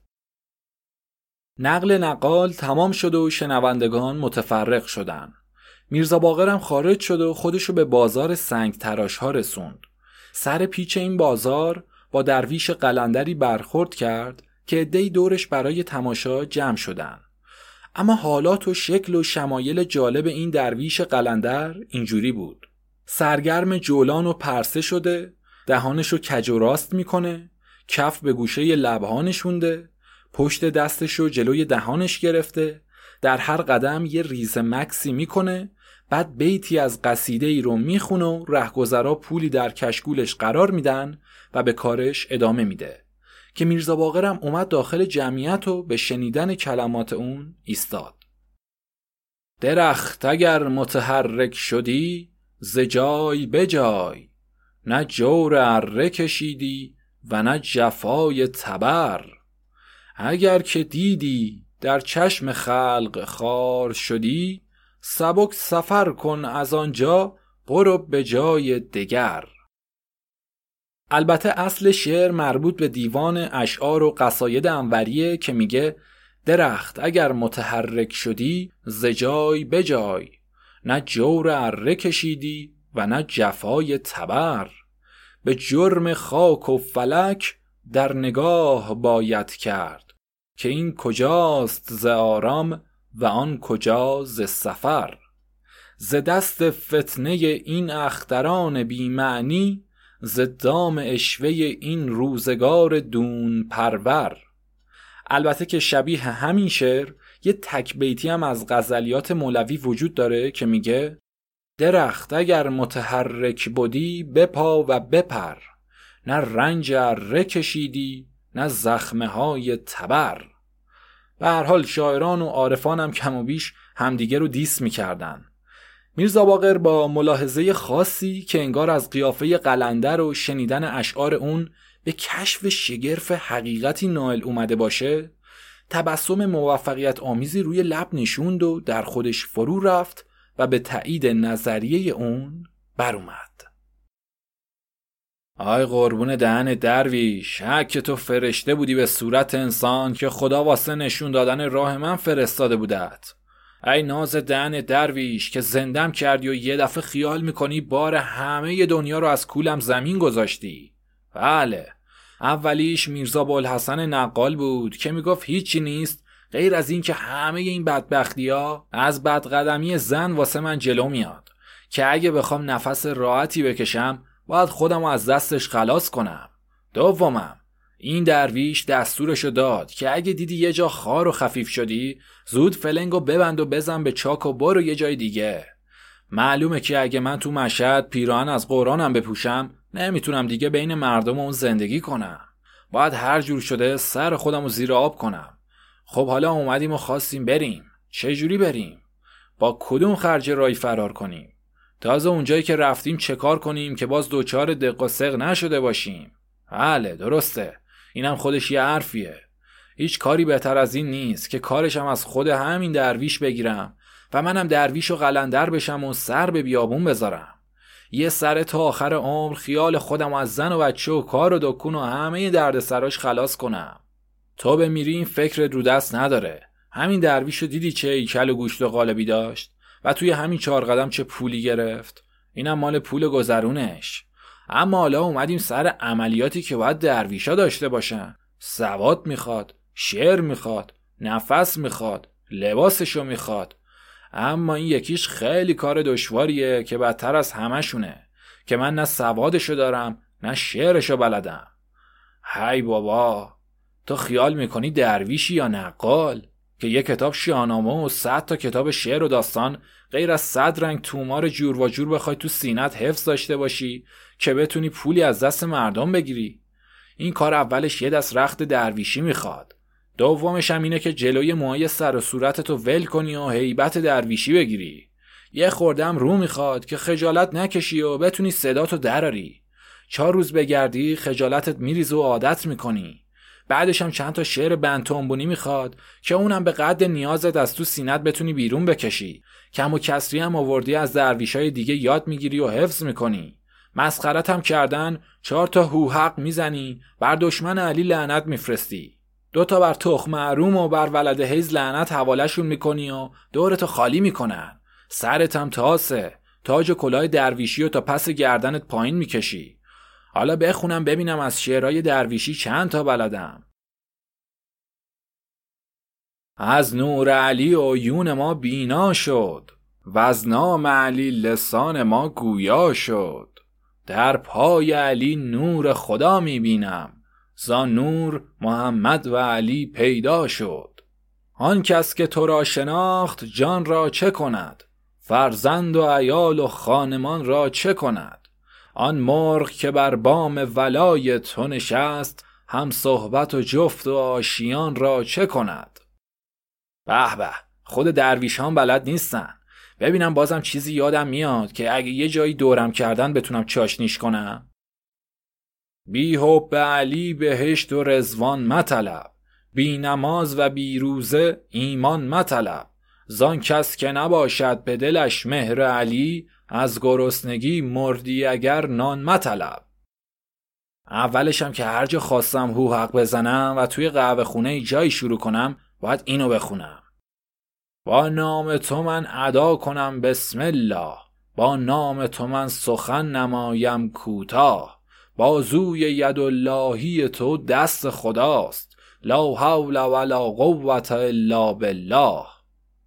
نقل نقال تمام شد و شنوندگان متفرق شدند. میرزا باقرم خارج شد و خودشو به بازار سنگ تراش ها رسوند. سر پیچ این بازار با درویش قلندری برخورد کرد که عده‌ای دورش برای تماشا جمع شدند. اما حالات و شکل و شمایل جالب این درویش قلندر اینجوری بود: سرگرم جولان و پرسه شده، دهانشو کج و راست میکنه، کف به گوشه لبها نشونده، پشت دستشو جلوی دهانش گرفته، در هر قدم یه ریز مکسی میکنه، بعد بیتی از قصیده ای رو میخونه و رهگذرا پولی در کشکولش قرار میدن و به کارش ادامه میده که میرزا باقرم اومد داخل جمعیت و به شنیدن کلمات اون ایستاد. درخت اگر متحرک شدی ز جای به جای، نه جور اره کشیدی و نه جفای تبر. اگر که دیدی در چشم خلق خار شدی، سبک سفر کن از آنجا برو به جای دگر. البته اصل شعر مربوط به دیوان اشعار و قصاید انوریه که میگه درخت اگر متحرک شدی ز جای به جای، نه جور اره کشیدی و نه جفای تبر. به جرم خاک و فلک در نگاه باید کرد، که این کجاست ز آرام و آن کجا ز سفر. ز دست فتنه این اختران بی معنی، ز دام عشوه این روزگار دون پرور. البته که شبیه همین شعر یه تک بیتی هم از غزلیات مولوی وجود داره که میگه درخت اگر متحرک بودی بپا و بپر، نه رنج اره کشیدی نه زخمه های تبر. به هر حال شاعران و عارفان هم کم و بیش همدیگه رو دیس میکردن. میرزا باقر با ملاحظه خاصی که انگار از قیافه قلندر و شنیدن اشعار اون به کشف شگرف حقیقتی نائل اومده باشه، تبسم موفقیت آمیزی روی لب نشوند و در خودش فرو رفت و به تایید نظریه اون بر اومد. آی قربون دهن درویش، حق تو فرشته بودی به صورت انسان که خدا واسه نشون دادن راه من فرستاده بودت. ای ناز دهن درویش که زندم کردی و یه دفعه خیال میکنی بار همه دنیا رو از کولم زمین گذاشتی. بله، اولیش میرزا ابوالحسن نقال بود که میگفت هیچی نیست غیر از این که همه این بدبختی ها از بدقدمی زن واسه من جلو میاد که اگه بخوام نفس راحتی بکشم باید خودمو از دستش خلاص کنم. دومم، این درویش دستورشو داد که اگه دیدی یه جا خار و خفیف شدی زود فلنگو ببند و بزن به چاک و برو یه جای دیگه. معلومه که اگه من تو مشهد پیراهن از قرآنم بپوشم نمیتونم دیگه بین مردم اون زندگی کنم. باید هر جور شده سر خودمو زیر آب کنم. خب حالا اومدیم و خواستیم بریم. چه جوری بریم؟ با کدوم خرج رای فرار کنیم؟ تازه اونجایی که رفتیم چه کار کنیم که باز دوچار دق و سق نشده باشیم؟ بله درسته، اینم خودش یه حرفیه. هیچ کاری بهتر از این نیست که کارشم از خود همین درویش بگیرم و منم درویش و قلندر بشم و سر به بیابون بذارم. یه سر تا آخر عمر خیال خودم از زن و بچه و کار و دکون و همه درد سراش خلاص کنم. تو بمیری این فکر رو دست نداره. همین درویشو دیدی چه هیکل و گوشت و قالبی داشت و توی همین چهار قدم چه پولی گرفت. اینم مال پول گذرونش. اما حالا اومدیم سر عملیاتی که باید درویشا داشته باشن. سواد میخواد، شعر میخواد، نفس میخواد، لباسشو میخواد. اما این یکیش خیلی کار دشواریه که بدتر از همشونه که من نه سوادشو دارم نه شعرشو بلدم. هی بابا، تو خیال میکنی درویشی یا نقال که یه کتاب شاهنامه و صد تا کتاب شعر و داستان غیر از صد رنگ تومار جور و جور بخوای تو سینت حفظ داشته باشی که بتونی پولی از دست مردم بگیری؟ این کار اولش یه دست رخت درویشی میخواد. دومش هم اینه که جلوی موهای سر و صورتتو ول کنی و هیبت درویشی بگیری. یه خوردم رو میخواد که خجالت نکشی و بتونی صداتو دراری. چهار روز بگردی خجالتت میریزه و عادت میکنی. بعدش هم چند تا شعر بنتونبونی میخواد که اونم به قد نیازت از تو سینت بتونی بیرون بکشی. کم و کسری هم آوردی از درویشای دیگه یاد میگیری و حفظ میکنی. مسخرت هم کردن چهار تا هوحق میزنی، بر دشمن علی لعنت میفرستی. دو تا بر تخم معروم و بر ولد حیز لعنت حوالهشون میکنی و دورتو خالی میکنن. سرت هم تاسه، تاج و کلاه درویشی و تا پس گردنت پایین میکشی. حالا بخونم ببینم از شعرهای درویشی چند تا بلدم. از نور علی عیون ما بینا شد، و از نام علی لسان ما گویا شد. در پای علی نور خدا میبینم، زان نور محمد و علی پیدا شد. آن کس که تو را شناخت جان را چه کند؟ فرزند و عیال و خانمان را چه کند؟ آن مرغ که بر بام ولای تو نشست، هم صحبت و جفت و آشیان را چه کند؟ به به، خود درویشان بلد نیستن. ببینم بازم چیزی یادم میاد که اگه یه جایی دورم کردن بتونم چاشنیش کنم. بی حب علی بهشت و رضوان مطلب، بی نماز و بی روزه ایمان مطلب. زان کس که نباشد به دلش مهر علی، از گرسنگی مردی اگر نان مطلب. اولشم که هر جا خواستم هوحق بزنم و توی قهوه خونه جایی شروع کنم باید اینو بخونم. با نام تو من ادا کنم بسم الله، با نام تو من سخن نمایم کوتاه. بازوی یداللهی تو دست خداست، لا حول ولا قوة الا بالله.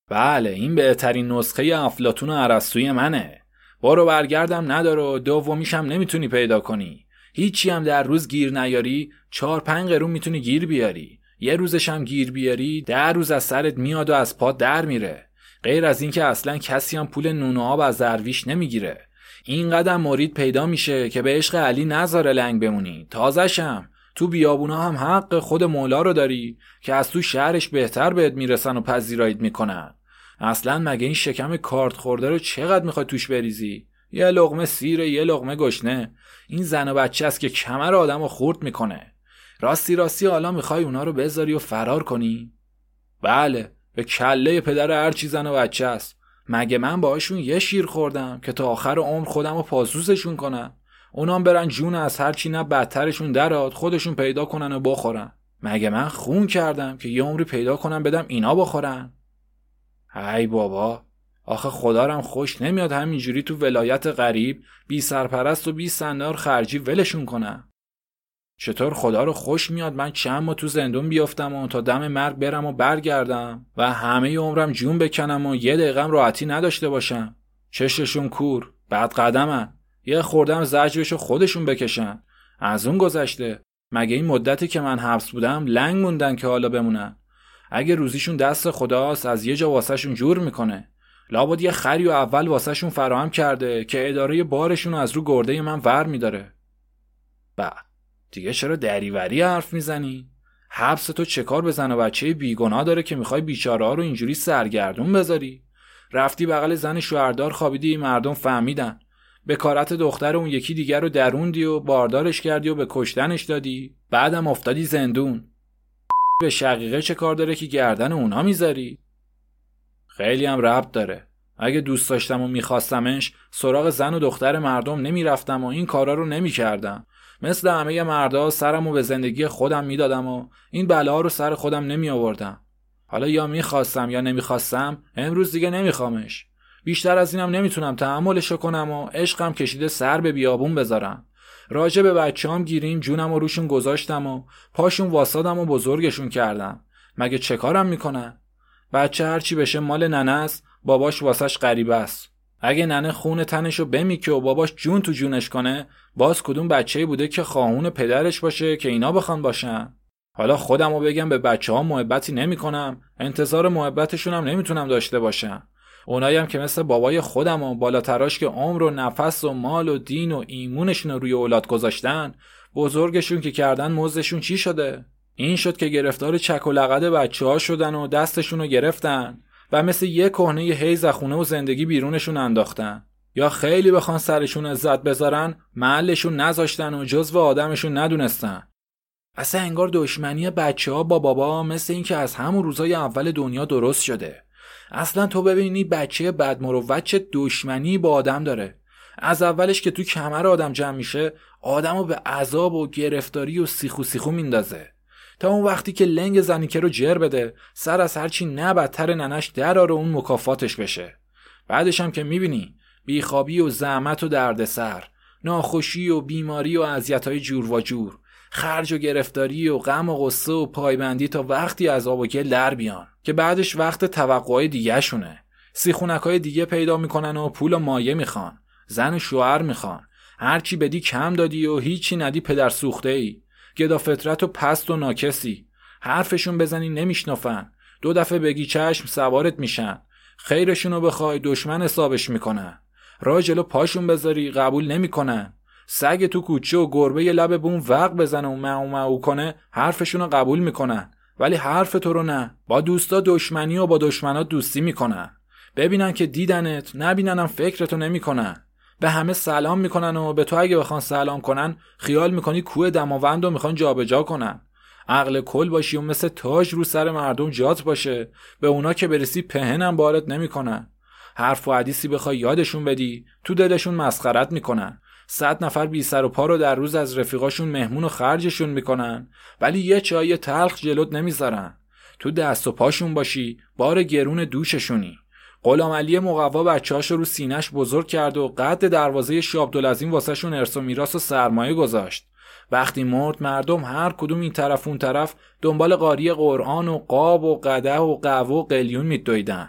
بله این بهترین نسخه افلاطون و ارسطوی منه. برو برگردم نداره و دومیشم نمیتونی پیدا کنی. هیچی هم در روز گیر نیاری چهار پنج قرون میتونی گیر بیاری. یه روزش هم گیر بیاری در روز از سرت میاد و از پا در میره. غیر از این که اصلا کسی هم پول نون و آب از درویش نمیگیره. این قدم مرید پیدا میشه که به عشق علی نذاره لنگ بمونی. تازه‌شم تو بیابونا هم حق خود مولا رو داری که از تو شهرش بهتر بهت میرسن و پذیراییت میکنن. اصلا مگه این شکم کارت خورده رو چقدر میخوای توش بریزی؟ یه لقمه سیره یه لقمه گشنه. این زن و بچه است که کمر آدمو خورد میکنه. راستی راستی حالا میخوای اونا رو بذاری و فرار کنی؟ بله به کله پدر هر چی زن و بچه است. مگه من باهاشون یه شیر خوردم که تا آخر عمر خودم رو پاسوسشون کنم؟ اونام برن جون از هر چی نه بدترشون دراد خودشون پیدا کنن و بخورن. مگه من خون کردم که یه عمری پیدا کنم بدم اینا بخورن؟ ای بابا آخه خدارم خوش نمیاد همینجوری تو ولایت غریب بی سرپرست و بی سندار خرجی ولشون کنم. چطور خدا رو خوش میاد من چند ماه تو زندون بیافتم و تا دم مرگ برم و برگردم و همه عمرم جون بکنم و یه دقیقم راحتی نداشته باشم؟ چششون کور بعد قدمن یه خوردم زجرشو خودشون بکشن. از اون گذشته مگه این مدتی که من حبس بودم لنگ موندن که حالا بمونن؟ اگه روزیشون دست خداست از یه جا واسهشون جور میکنه. لابد یه خری و اول واسهشون فراهم کرده که اداره بارشون از رو گرده من ور میداره. با دیگه چرا دریوری حرف میزنی؟ حبس تو چه کار به زن و بچه بیگناه داره که میخوای بیچاره ها رو اینجوری سرگردون بذاری؟ رفتی بغل زن شوهردار خوابیدی مردم فهمیدن. بکارت دختر اون یکی دیگر رو دروندی و باردارش کردی و به کشتنش دادی. بعدم افتادی زندون. به شقیقه چه کار داره که گردن اونا میذاری؟ خیلی هم ربط داره. اگه دوست داشتم و میخواستمش سراغ زن و دختر مردم نمیرفتم و این کارا رو نمیکردم. مثل همه مردا سرمو به زندگی خودم میدادم و این بلا رو سر خودم نمی آوردم. حالا یا میخواستم یا نمیخواستم امروز دیگه نمیخوامش. بیشتر از اینم نمیتونم تحملشو کنم و عشقم کشیده سر به بیابون بذارم. راجع به بچه‌ام گیریم جونم و روشون گذاشتم و پاشون واسادم و بزرگشون کردم. مگه چه کارم میکنن؟ بچه هرچی بشه مال ننه است، باباش واسش غریبه است. اگه ننه خون تنشو بمیکه و باباش جون تو جونش کنه، باز کدوم بچه‌ای بوده که خواهون پدرش باشه که اینا بخوان باشن؟ حالا خودمو بگم به بچه‌ها محبتی نمی‌کنم، انتظار محبتشون هم نمیتونم داشته باشم. اونایی هم که مثل بابای خودم و بالاتراش که عمر و نفس و مال و دین و ایمونشون رو روی اولاد گذاشتن، بزرگشون که کردن مزدشون چی شده؟ این شد که گرفتار چک و لقد بچه‌ها شدن و دستشون رو گرفتن و مثل یه کهنه حیز خونه و زندگی بیرونشون انداختن. یا خیلی بخوان سرشون عزت بذارن محلشون نذاشتن و جزو آدمشون ندونستن. اصلا انگار دشمنی بچه‌ها با بابا مثل این که از همون روزای اول دنیا درست شده. اصلا تو ببینی بچه بدمروت چه دشمنی با آدم داره. از اولش که تو کمر آدم جمع میشه آدمو به عذاب و گرفتاری و سیخو سیخو میندازه تا اون وقتی که لنگ زنیکه رو جر بده سر از هرچی نه بدتر ننش دراره اون مکافاتش بشه. بعدش هم که میبینی بیخوابی و زحمت و دردسر، ناخوشی و بیماری و اذیت‌های جور و جور، خرج و گرفتاری و غم و غصه و پایبندی تا وقتی از آب و گل در بیان که بعدش وقت توقعای دیگه شونه. سیخونکای دیگه پیدا میکنن و پول و مایه میخوان، زن و شوهر میخوان. هرچی بدی کم دادی و هیچی ندی پدر سوخته ای. گدا فطرت و پست و ناکسی. حرفشون بزنی نمیشنفن. دو دفعه بگی چشم سوارت میشن. خیرشونو بخوای دشمن حسابش میکنن. راه جلو پاشون بذاری قبول نمیکنن. سگ تو کوچه و گربه یه لب بون وق بزنه و معو معو کنه حرفشونو قبول میکنن، ولی حرف تو رو نه. با دوستا دشمنی و با دشمنات دوستی میکنن. ببینن که دیدنت، نبیننم فکرتو نمیکنن. به همه سلام میکنن و به تو اگه بخوان سلام کنن خیال میکنی کوه دماوند و میخوان جابجا کنن. عقل کل باشی و مثل تاج رو سر مردم جات باشه، به اونا که برسی پهنم بارت نمیکنن. حرف و حدیثی بخوای یادشون بدی تو دلشون مسخرت میکنن. صد نفر بی سر و پا رو در روز از رفیقاشون مهمون و خرجشون میکنن، ولی یه چای تلخ جلوت نمیذارن. تو دست و پاشون باشی بار گرون دوششونی. غلام علی مقوا بچه‌هاشو رو سینه‌اش بزرگ کرد و قد دروازه شاه عبدالعظیم واسه شون ارث و میراث و سرمایه گذاشت. وقتی مرد مردم هر کدوم این طرف اون طرف دنبال قاری قرآن و قاب و قدح و قهوه و قلیون میدویدن.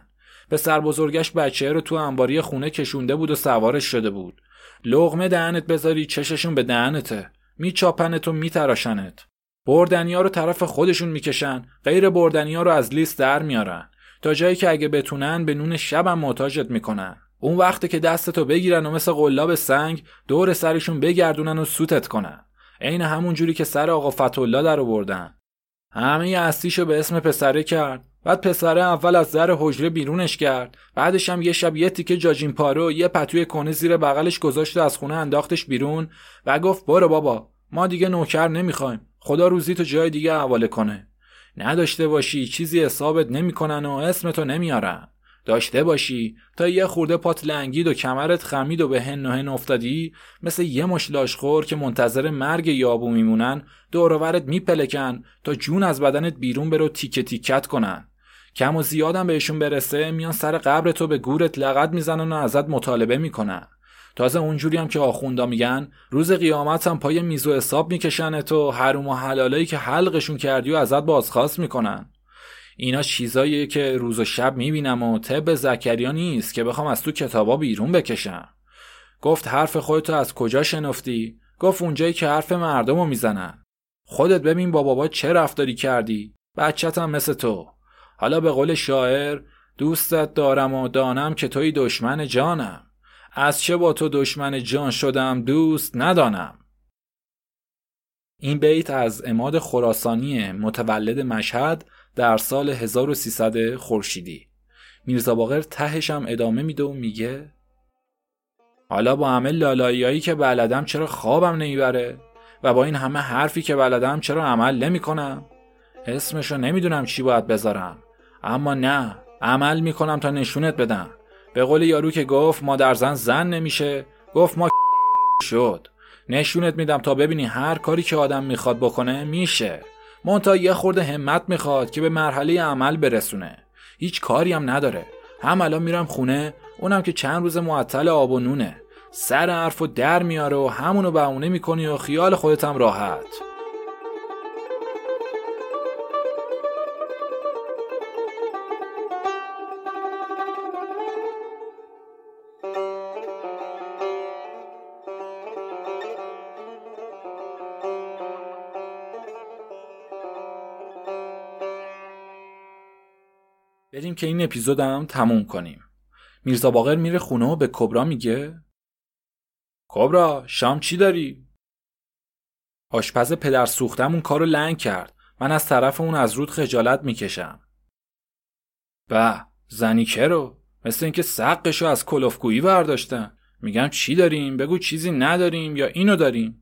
پسر بزرگش بچه رو تو انباری خونه کشونده بود و سوارش شده بود. لقمه دهنت بذاری چششون به دهنته، میچاپنت و میتراشنت. بردنیا رو طرف خودشون میکشن، غیر بردنیا رو از لیست در میارن، تا جایی که اگه بتونن به نون شبم محتاجت میکنن. اون وقتی که دستتو بگیرن و مثل قلاب سنگ دور سرشون بگردونن و سوتت کنن، عین همون جوری که سر آقا فتح‌الله در آوردن. همه اصلیشو به اسم پسره کرد. بعد پسره اول از در حجره بیرونش کرد، بعدش هم یه شب یه تیکه جاجین پارو یه پتوی کنه زیر بغلش گذاشت و از خونه انداختش بیرون و گفت برو بابا، ما دیگه نوکر نمیخوایم، خدا روزی تو جای دیگه حواله کنه. نداشته باشی چیزی حسابت نمیکنن و اسمتو نمیارن. داشته باشی تا یه خورده پات لنگید و کمرت خمید و به هن و هن افتادی، مثل یه مش لاشخور که منتظر مرگ یابو میمونن دور و برت میپلکن تا جون از بدنت بیرون برو تیکه تیکت کنن. کم و زیادم بهشون برسه میان سر قبرتو به گورت لغت میزنن و ازت مطالبه میکنن. تازه اونجوری هم که آخوندا میگن روز قیامت هم پای میز و حساب میکشنت و حروم و حلالایی که حلقشون کردی و ازت بازخواست میکنن. اینا چیزاییه که روز و شب میبینم و طب زکریا نیست که بخوام از تو کتابا بیرون بکشم. گفت حرف خودتو از کجا شنفتی؟ گفت اونجایی که حرف مردمو میزنن. خودت ببین با بابا چه رفتاری کردی، بچه‌تم مثل تو. حالا به قول شاعر دوستت دارم و دانم که توی دشمن جانم، از چه با تو دشمن جان شدم دوست ندانم. این بیت از عماد خراسانی متولد مشهد در سال هزار و سیصد خورشیدی. میرزا باقر تهش هم ادامه میده و میگه حالا با همه لالاییایی که بلدم چرا خوابم نمیبره و با این همه حرفی که بلدم چرا عمل نمیکنم؟ اسمشو نمیدونم چی باید بذارم، اما نه، عمل میکنم تا نشونت بدم. به قول یارو که گفت مادر زن زن نمیشه، گفت ما شد. نشونت میدم تا ببینی هر کاری که آدم میخواد بکنه میشه. منتها یه خورده همت میخواد که به مرحله عمل برسونه. هیچ کاری هم نداره. هم الان میرم خونه، اونم که چند روز معطل آب و نونه. سر حرفو در میاره و همونو بهونه میکنی و خیال خودت هم راحت. بریم که این اپیزودم تموم کنیم. میرزا باقر میره خونه و به کبرا میگه کبرا شام چی داری؟ آشپز پدر سوختمون کارو لنگ کرد. من از طرف اون از رود خجالت میکشم. به زنی کرو مثل اینکه سقشو از کلوفگویی برداشتن. میگم چی داریم؟ بگو چیزی نداریم یا اینو داریم.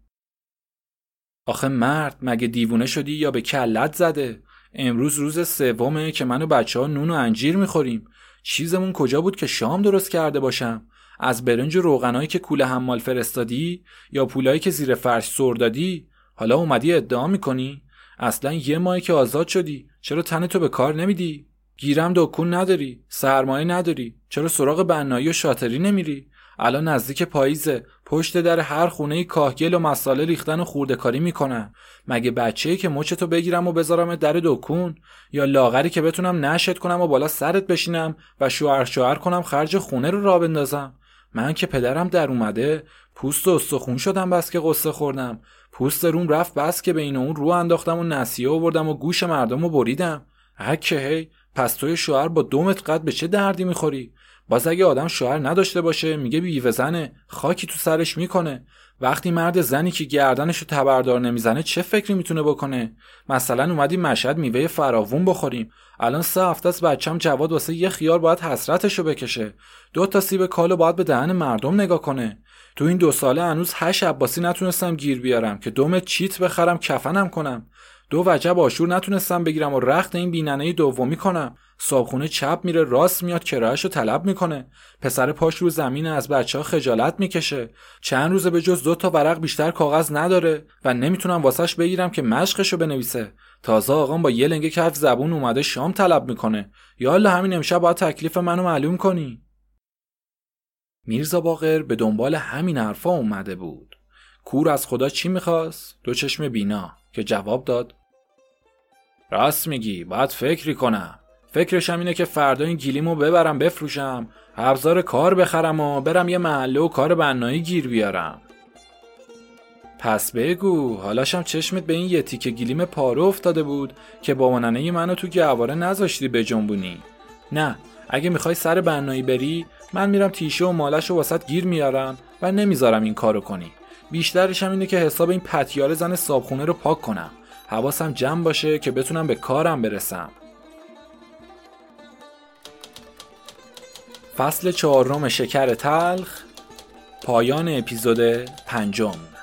آخه مرد مگه دیوونه شدی یا به کلت زده؟ امروز روز سومه که من و بچه ها نون و انجیر میخوریم. چیزمون کجا بود که شام درست کرده باشم؟ از برنج و روغنایی که کوله حمال فرستادی یا پولایی که زیر فرش سر دادی؟ حالا اومدی ادعا میکنی؟ اصلا یه ماهی که آزاد شدی، چرا تنتو به کار نمیدی؟ گیرم دکون نداری، سرمایه نداری، چرا سراغ بنایی و شاطری نمیری؟ الان نزدیک پاییزه، پشت در هر خونه‌ای کاهگل و مساله ریختن و خورده‌کاری میکنن. مگه بچه‌ای که مچتو بگیرم و بذارم در دکون، یا لاغری که بتونم نشت کنم و بالا سرت بشینم و شوهر شوهر کنم خرج خونه رو راه بندازم؟ من که پدرم در اومده پوست و استخون شدم بس که قصه خوردم. پوست روم رفت بس که بین اون رو انداختم و نسیه آوردم و گوش مردمو بریدم. هکه هی پس توی شوهر با دومت قد به چه دردی میخوری؟ باز اگه آدم شوهر نداشته باشه میگه بیوه زنه، خاکی تو سرش میکنه. وقتی مرد زنی که گردنشو تبردار نمیزنه چه فکری میتونه بکنه؟ مثلا اومدیم مشهد میوه فراوون بخوریم، الان سه هفته است بچم جواد واسه یه خیار باید حسرتشو بکشه، دو تا سیب کالو باید به دهن مردم نگاه کنه. تو این دو ساله هنوز هشت عباسی نتونستم گیر بیارم که دوم چیت بخرم کفنم کنم. دو وجب آشور نتونستم بگیرم و رخت این بیننه دومی کنم. صابخونه چپ میره راست میاد کرایه‌شو طلب میکنه. پسر پاش رو زمین از بچه‌ها خجالت میکشه. چند روزه به جز دو تا ورق بیشتر کاغذ نداره و نمیتونم واسش بگیرم که مشقشو بنویسه. تازه آقام با یه لنگه کف زبون اومده شام طلب میکنه. یالا همین امشب باید تکلیف منو معلوم کنی. میرزا باقر به دنبال همین حرفا اومده بود. کور از خدا چی میخواست؟ دو چشم بینا که جواب داد راست میگی، باید فکری کنم. فکرشم اینه که فردا این گلیمو ببرم بفروشم، ابزار کار بخرم و برم یه محله و کار بنایی گیر بیارم. پس بگو حالاشم چشمت به این یه تیکه گلیم پاره افتاده بود که با ننه منو تو گهواره نذاشتی بجنبونی. نه، اگه میخوای سر بنایی بری، من میرم تیشه و مالشو واسط گیر میارم و نمیذارم این کارو کنی. بیشترش هم اینه که حساب این پتیال زن صابخونه رو پاک کنم، حواسم جمع باشه که بتونم به کارم برسم. فصل چهارم شکر تلخ، پایان اپیزود پنجم.